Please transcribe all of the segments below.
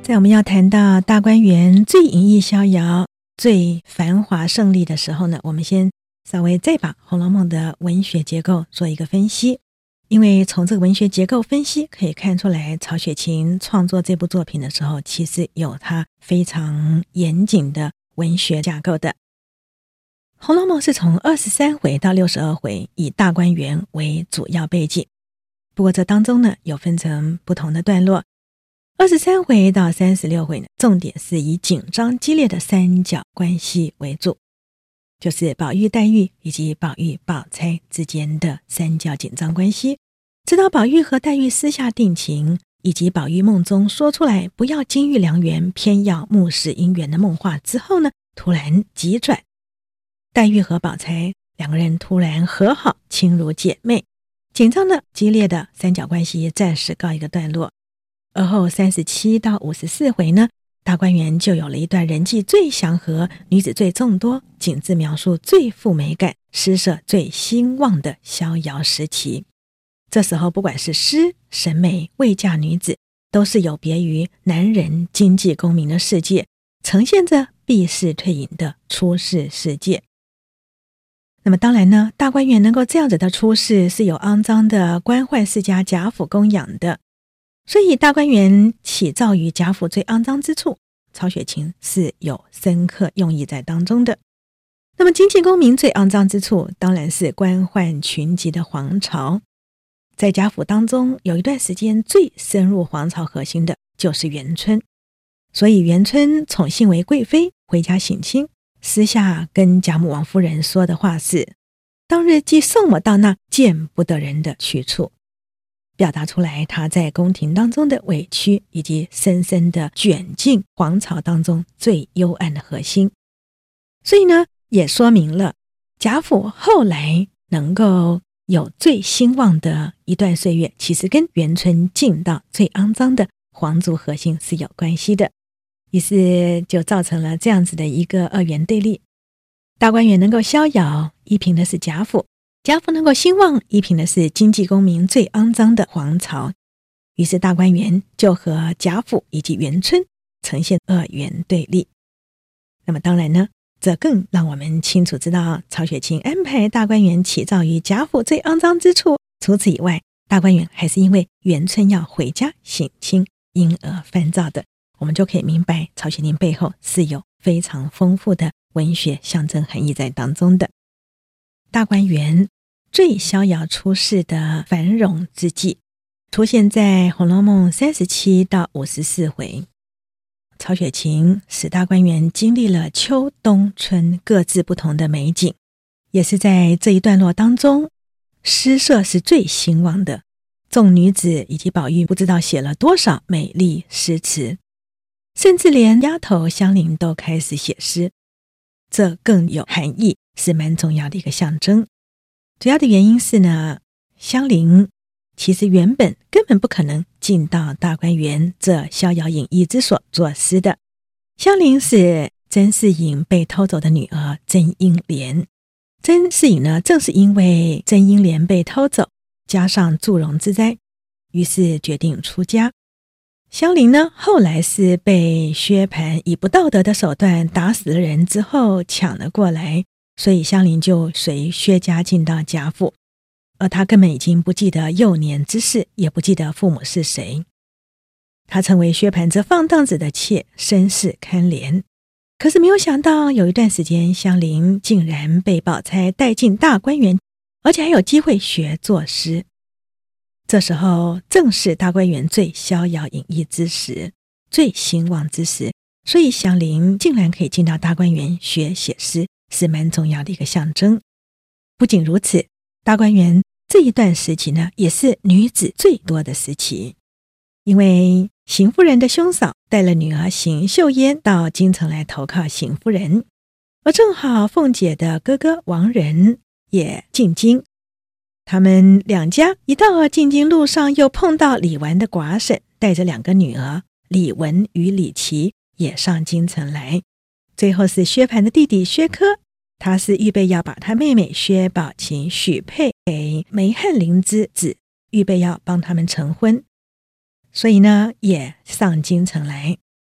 在我们要谈到大观园最隐逸逍遥、最繁华胜利的时候呢，我们先稍微再把《红楼梦》的文学结构做一个分析。因为从这个文学结构分析可以看出来，曹雪芹创作这部作品的时候，其实有他非常严谨的文学架构的。《红楼梦》是从23回到62回，以大观园为主要背景。不过这当中呢，有分成不同的段落。23回到36回呢，重点是以紧张激烈的三角关系为主，就是宝玉、黛玉以及宝玉、宝钗之间的三角紧张关系。直到宝玉和黛玉私下定情，以及宝玉梦中说出来不要金玉良缘，偏要木石姻缘的梦话之后呢，突然急转，黛玉和宝钗两个人突然和好，亲如姐妹，紧张的激烈的三角关系暂时告一个段落。而后37到54回呢，大观园就有了一段人际最祥和、女子最众多、景致描述最富美感、诗社最兴旺的逍遥时期。这时候不管是诗、审美、未嫁女子，都是有别于男人经济功名的世界，呈现着避世退隐的出世世界。那么当然呢，大观园能够这样子的出世，是有肮脏的官宦世家贾府供养的。所以大观园起造于贾府最肮脏之处，曹雪芹是有深刻用意在当中的。那么经济功名最肮脏之处，当然是官宦群集的皇朝。在贾府当中，有一段时间最深入皇朝核心的就是元春。所以元春宠幸为贵妃，回家省亲，私下跟贾母王夫人说的话是：当日既送我到那见不得人的去处，表达出来他在宫廷当中的委屈，以及深深的卷进皇朝当中最幽暗的核心。所以呢，也说明了贾府后来能够有最兴旺的一段岁月，其实跟元春进到最肮脏的皇族核心是有关系的。于是就造成了这样子的一个二元对立。大观园能够逍遥，依凭的是贾府；贾府能够兴旺，依凭的是经济功名最肮脏的皇朝。于是大观园就和贾府以及元春呈现二元对立。那么当然呢，这更让我们清楚知道曹雪芹安排大观园起造于贾府最肮脏之处。除此以外，大观园还是因为元春要回家省亲，因而翻造的。我们就可以明白曹雪芹背后是有非常丰富的文学象征含义在当中的。大观园最逍遥出世的繁荣之际，出现在《红楼梦》37到54回。曹雪芹使大观园经历了秋冬春各自不同的美景，也是在这一段落当中，诗社是最兴旺的，众女子以及宝玉不知道写了多少美丽诗词，甚至连丫头香菱都开始写诗，这更有含义，是蛮重要的一个象征。主要的原因是呢，香菱其实原本根本不可能进到大观园这逍遥隐逸之所作诗的。香菱是甄士隐被偷走的女儿甄英莲。甄士隐呢，正是因为甄英莲被偷走，加上祝融之灾，于是决定出家。香菱呢，后来是被薛蟠以不道德的手段打死了人之后抢了过来，所以香菱就随薛家进到贾府，而她根本已经不记得幼年之事，也不记得父母是谁。她成为薛蟠这放荡子的妾，身世堪怜。可是没有想到，有一段时间香菱竟然被宝钗带进大观园，而且还有机会学作诗。这时候正是大观园最逍遥隐逸之时，最兴旺之时，所以香菱竟然可以进到大观园学写诗，是蛮重要的一个象征。不仅如此，大观园这一段时期呢，也是女子最多的时期，因为邢夫人的兄嫂带了女儿邢岫烟到京城来投靠邢夫人，而正好凤姐的哥哥王仁也进京。他们两家一到进京路上，又碰到李纨的寡婶带着两个女儿李文与李琦也上京城来。最后是薛蟠的弟弟薛科，他是预备要把他妹妹薛宝琴许配给梅翰林之子，预备要帮他们成婚，所以呢也上京城来。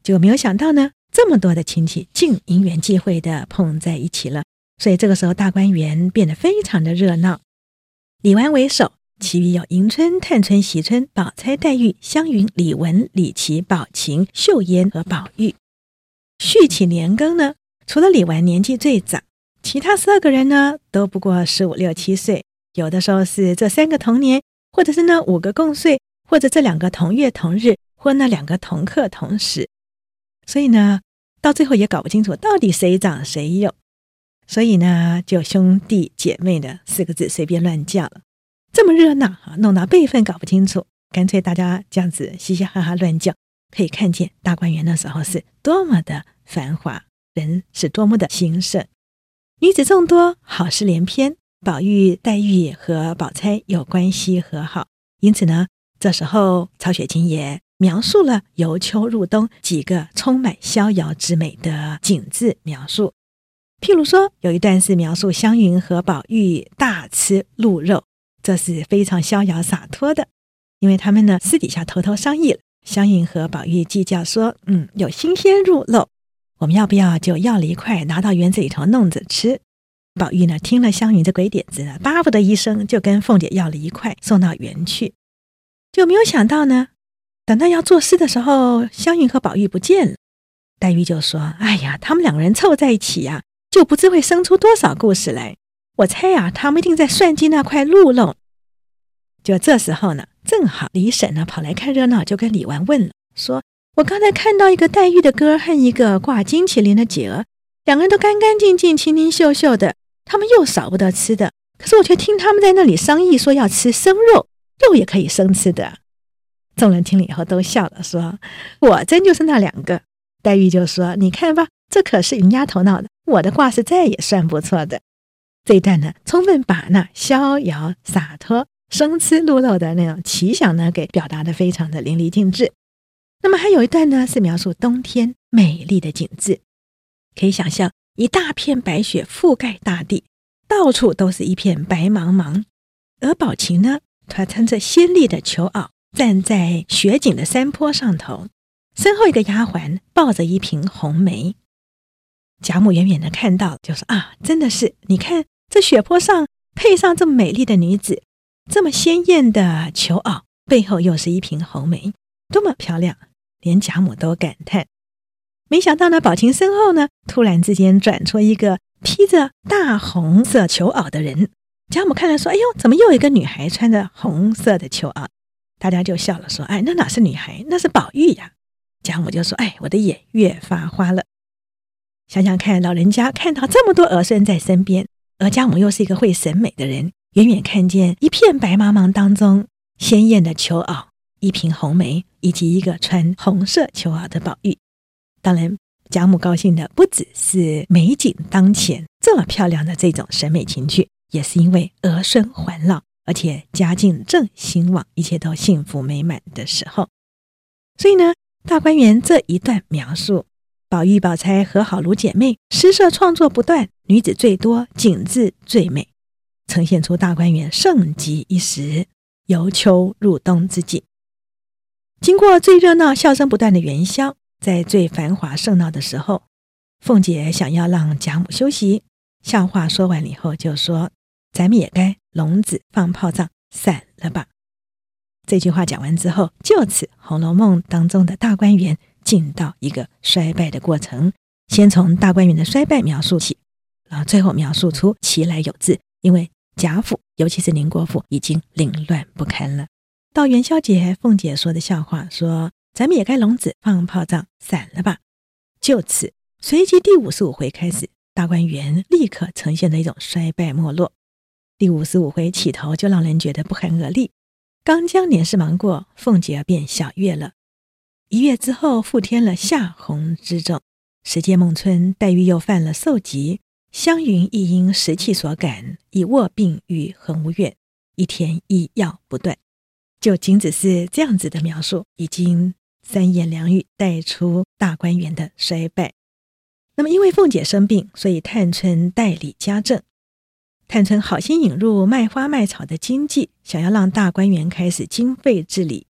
结果没有想到呢，这么多的亲戚竟因缘际会的碰在一起了，所以这个时候大观园变得非常的热闹。李纨为首，其余有迎春、探春、惜春、宝钗、黛玉、湘云、李文、李琦、宝琴、秀烟和宝玉。续起年庚呢，除了李纨年纪最长，其他12个人呢都不过15、16、17岁，有的时候是这3个同年，或者是那5个共岁，或者这2个同月同日，或那2个同刻同时。所以呢，到最后也搞不清楚到底谁长谁幼，所以呢，就兄弟姐妹的4个字随便乱叫了。这么热闹弄到辈分搞不清楚，干脆大家这样子嘻嘻哈哈乱叫，可以看见大观园那时候是多么的繁华，人是多么的兴盛。女子众多，好事连篇，宝玉、黛玉和宝钗有关系和好，因此呢，这时候曹雪芹也描述了由秋入冬几个充满逍遥之美的景致描述。譬如说，有一段是描述湘云和宝玉大吃鹿肉，这是非常逍遥洒脱的，因为他们呢私底下偷偷商议了。湘云和宝玉计较说，有新鲜鹿肉，我们要不要就要了一块拿到园子里头弄着吃。宝玉呢听了湘云这鬼点子呢，巴不得一声就跟凤姐要了一块送到园去。就没有想到呢，等到要作诗的时候，湘云和宝玉不见了。黛玉就说，哎呀，他们2个人凑在一起啊，就不知会生出多少故事来，我猜啊，他们一定在算计那块鹿肉。就这时候呢，正好李婶呢跑来看热闹，就跟李纨问了，说，我刚才看到一个黛玉的哥和一个挂金麒麟的姐儿，2个人都干干净净清清秀秀的，他们又少不得吃的，可是我却听他们在那里商议说要吃生肉，肉也可以生吃的。众人听了以后都笑了，说，果真就是那2个。黛玉就说，你看吧，这可是云丫头闹的，我的卦是再也算不错的。这一段呢，充分把那逍遥洒脱生吃鹿肉的那种奇想呢给表达得非常的淋漓尽致。那么还有一段呢是描述冬天美丽的景致，可以想象一大片白雪覆盖大地，到处都是一片白茫茫，而宝琴呢，她穿着鲜丽的裘袄，站在雪景的山坡上头，身后一个丫鬟抱着一瓶红梅。贾母远远的看到，就说，啊，真的是，你看这雪坡上配上这么美丽的女子，这么鲜艳的裘袄，背后又是一瓶红梅，多么漂亮，连贾母都感叹。没想到呢，宝琴身后呢，突然之间转出一个披着大红色裘袄的人。贾母看了说，哎呦，怎么又有一个女孩穿着红色的裘袄？大家就笑了，说，哎，那哪是女孩，那是宝玉呀。贾母就说，哎，我的眼越发花了。想想看，老人家看到这么多儿孙在身边，而贾母又是一个会审美的人，远远看见一片白茫茫当中鲜艳的裘袄，一瓶红梅，以及一个穿红色裘袄的宝玉。当然贾母高兴的不只是美景当前这么漂亮的这种审美情趣，也是因为儿孙环绕，而且家境正兴旺，一切都幸福美满的时候。所以呢，大观园这一段描述，宝玉宝钗和好如姐妹，诗社创作不断，女子最多，景致最美，呈现出大观园盛极一时，由秋入冬之景。经过最热闹笑声不断的元宵，在最繁华盛闹的时候，凤姐想要让贾母休息，笑话说完了以后就说，咱们也该笼子放炮仗散了吧。这句话讲完之后，就此《红楼梦》当中的大观园进到一个衰败的过程，先从大观园的衰败描述起，然后最后描述出其来有自，因为贾府尤其是宁国府已经凌乱不堪了。到元宵节，凤姐说的笑话说，咱们也该笼子放炮仗散了吧。就此随即第55回开始，大观园立刻呈现了一种衰败没落。第55回起头就让人觉得不寒而栗，刚将年事忙过，凤姐便小月了。1月之后复添了夏红之重，时节孟春，黛玉又犯了受疾，湘云亦因时气所感，已卧病于恒芜院，一天医药不断。就仅只是这样子的描述，已经3言2语带出大观园的衰败。那么因为凤姐生病，所以探春代理家政。探春好心引入卖花卖草的经济，想要让大观园开始经费治理。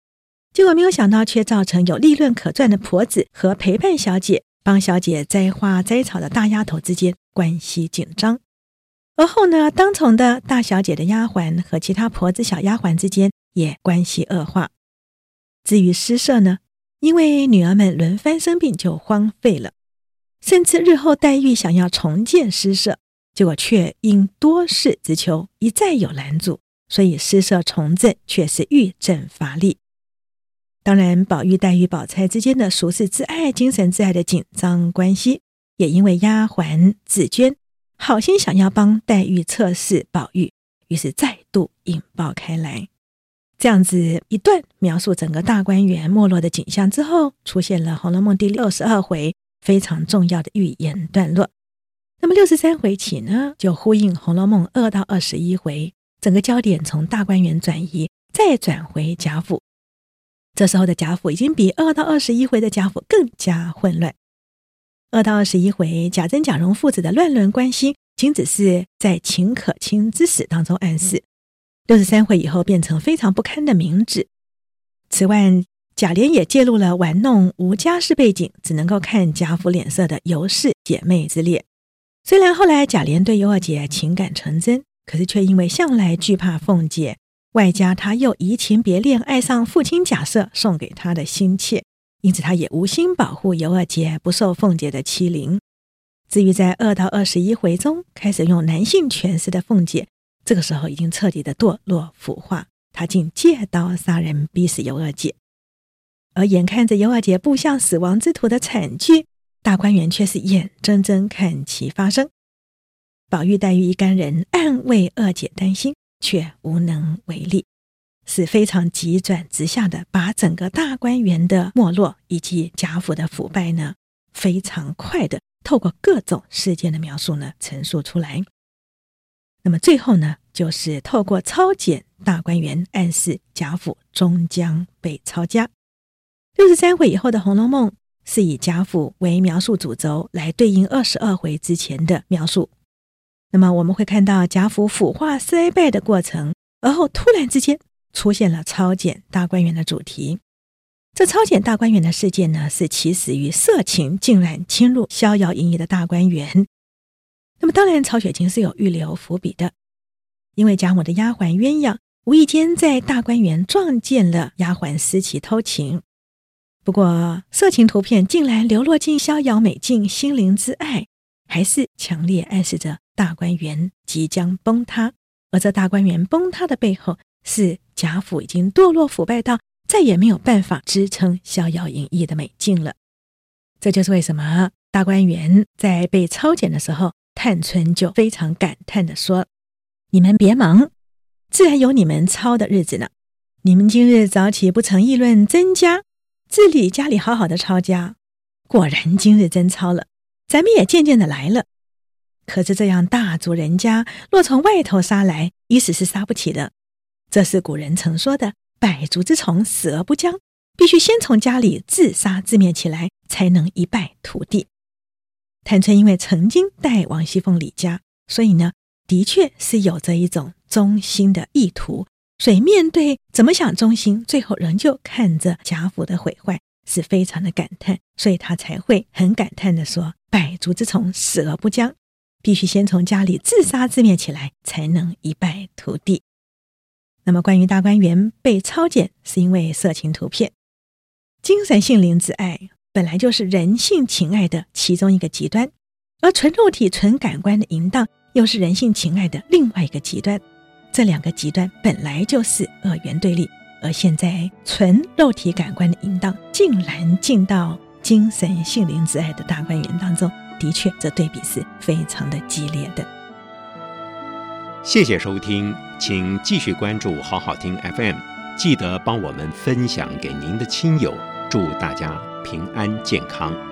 结果没有想到却造成有利润可赚的婆子和陪伴小姐帮小姐摘花摘草的大丫头之间关系紧张。而后呢，当宠的大小姐的丫鬟和其他婆子小丫鬟之间也关系恶化。至于诗社呢，因为女儿们轮番生病就荒废了，甚至日后黛玉想要重建诗社，结果却因多事之秋一再有拦阻，所以诗社重振却是愈振乏力。当然，宝玉、黛玉、宝钗之间的俗世之爱、精神之爱的紧张关系，也因为丫鬟紫娟好心想要帮黛玉测试宝玉，于是再度引爆开来。这样子一段描述整个大观园没落的景象之后，出现了《红楼梦》第62回非常重要的寓言段落。那么63回起呢，就呼应《红楼梦》2到21回，整个焦点从大观园转移，再转回贾府。这时候的贾府已经比2到21回的贾府更加混乱。2到21回，贾珍、贾蓉父子的乱伦关系仅只是在秦可卿之死当中暗示，63回以后变成非常不堪的明指。此外，贾琏也介入了玩弄无家世背景，只能够看贾府脸色的尤氏姐妹之列。虽然后来贾琏对尤二姐情感成真，可是却因为向来惧怕凤姐，外加他又移情别恋，爱上父亲贾赦送给他的心切，因此他也无心保护尤二姐不受凤姐的欺凌。至于在2到21回中开始用男性诠释的凤姐，这个时候已经彻底的堕落腐化，她竟借刀杀人，逼死尤二姐。而眼看着尤二姐步向死亡之途的惨剧，大观园却是眼睁睁看其发生。宝玉、黛玉一干人暗为二姐担心，却无能为力，是非常急转直下的把整个大观园的没落以及贾府的腐败呢，非常快的透过各种事件的描述呢陈述出来。那么最后呢，就是透过抄检大观园，暗示贾府终将被抄家。63回以后的《红楼梦》是以贾府为描述主轴，来对应22回之前的描述。那么我们会看到贾府腐化衰败的过程，而后突然之间出现了抄检大观园的主题。这抄检大观园的事件呢，是起始于色情竟然侵入逍遥营役的大观园。那么当然曹雪芹是有预留伏笔的，因为贾母的丫鬟鸳鸯无意间在大观园撞见了丫鬟思琪偷情，不过色情图片竟然流落进逍遥美境，心灵之爱还是强烈暗示着大观园即将崩塌。而这大观园崩塌的背后，是贾府已经堕落腐败到再也没有办法支撑逍遥营役的美境了。这就是为什么大观园在被抄检的时候，探春就非常感叹地说，你们别忙，自然有你们抄的日子呢。你们今日早起不曾议论曾家，自理家里好好的抄家，果然今日真抄了，咱们也渐渐的来了。可是这样大族人家若从外头杀来，一时是杀不起的。这是古人曾说的百足之虫，死而不僵，必须先从家里自杀自灭起来，才能一败涂地。探春因为曾经带王熙凤离家，所以呢，的确是有着一种忠心的意图，所以面对怎么想忠心，最后仍旧看着贾府的毁坏，是非常的感叹，所以他才会很感叹的说，百足之虫，死而不僵，必须先从家里自杀自灭起来，才能一败涂地。那么关于大观园被抄检，是因为色情图片。精神性灵之爱本来就是人性情爱的其中一个极端，而纯肉体纯感官的淫荡又是人性情爱的另外一个极端。这两个极端本来就是二元对立，而现在纯肉体感官的淫荡竟然进到精神性灵之爱的大观园当中，的确这对比是非常的激烈的。 谢谢收听，请继续关注好好听 FM， 记得帮我们分享给您的亲友，祝大家平安健康。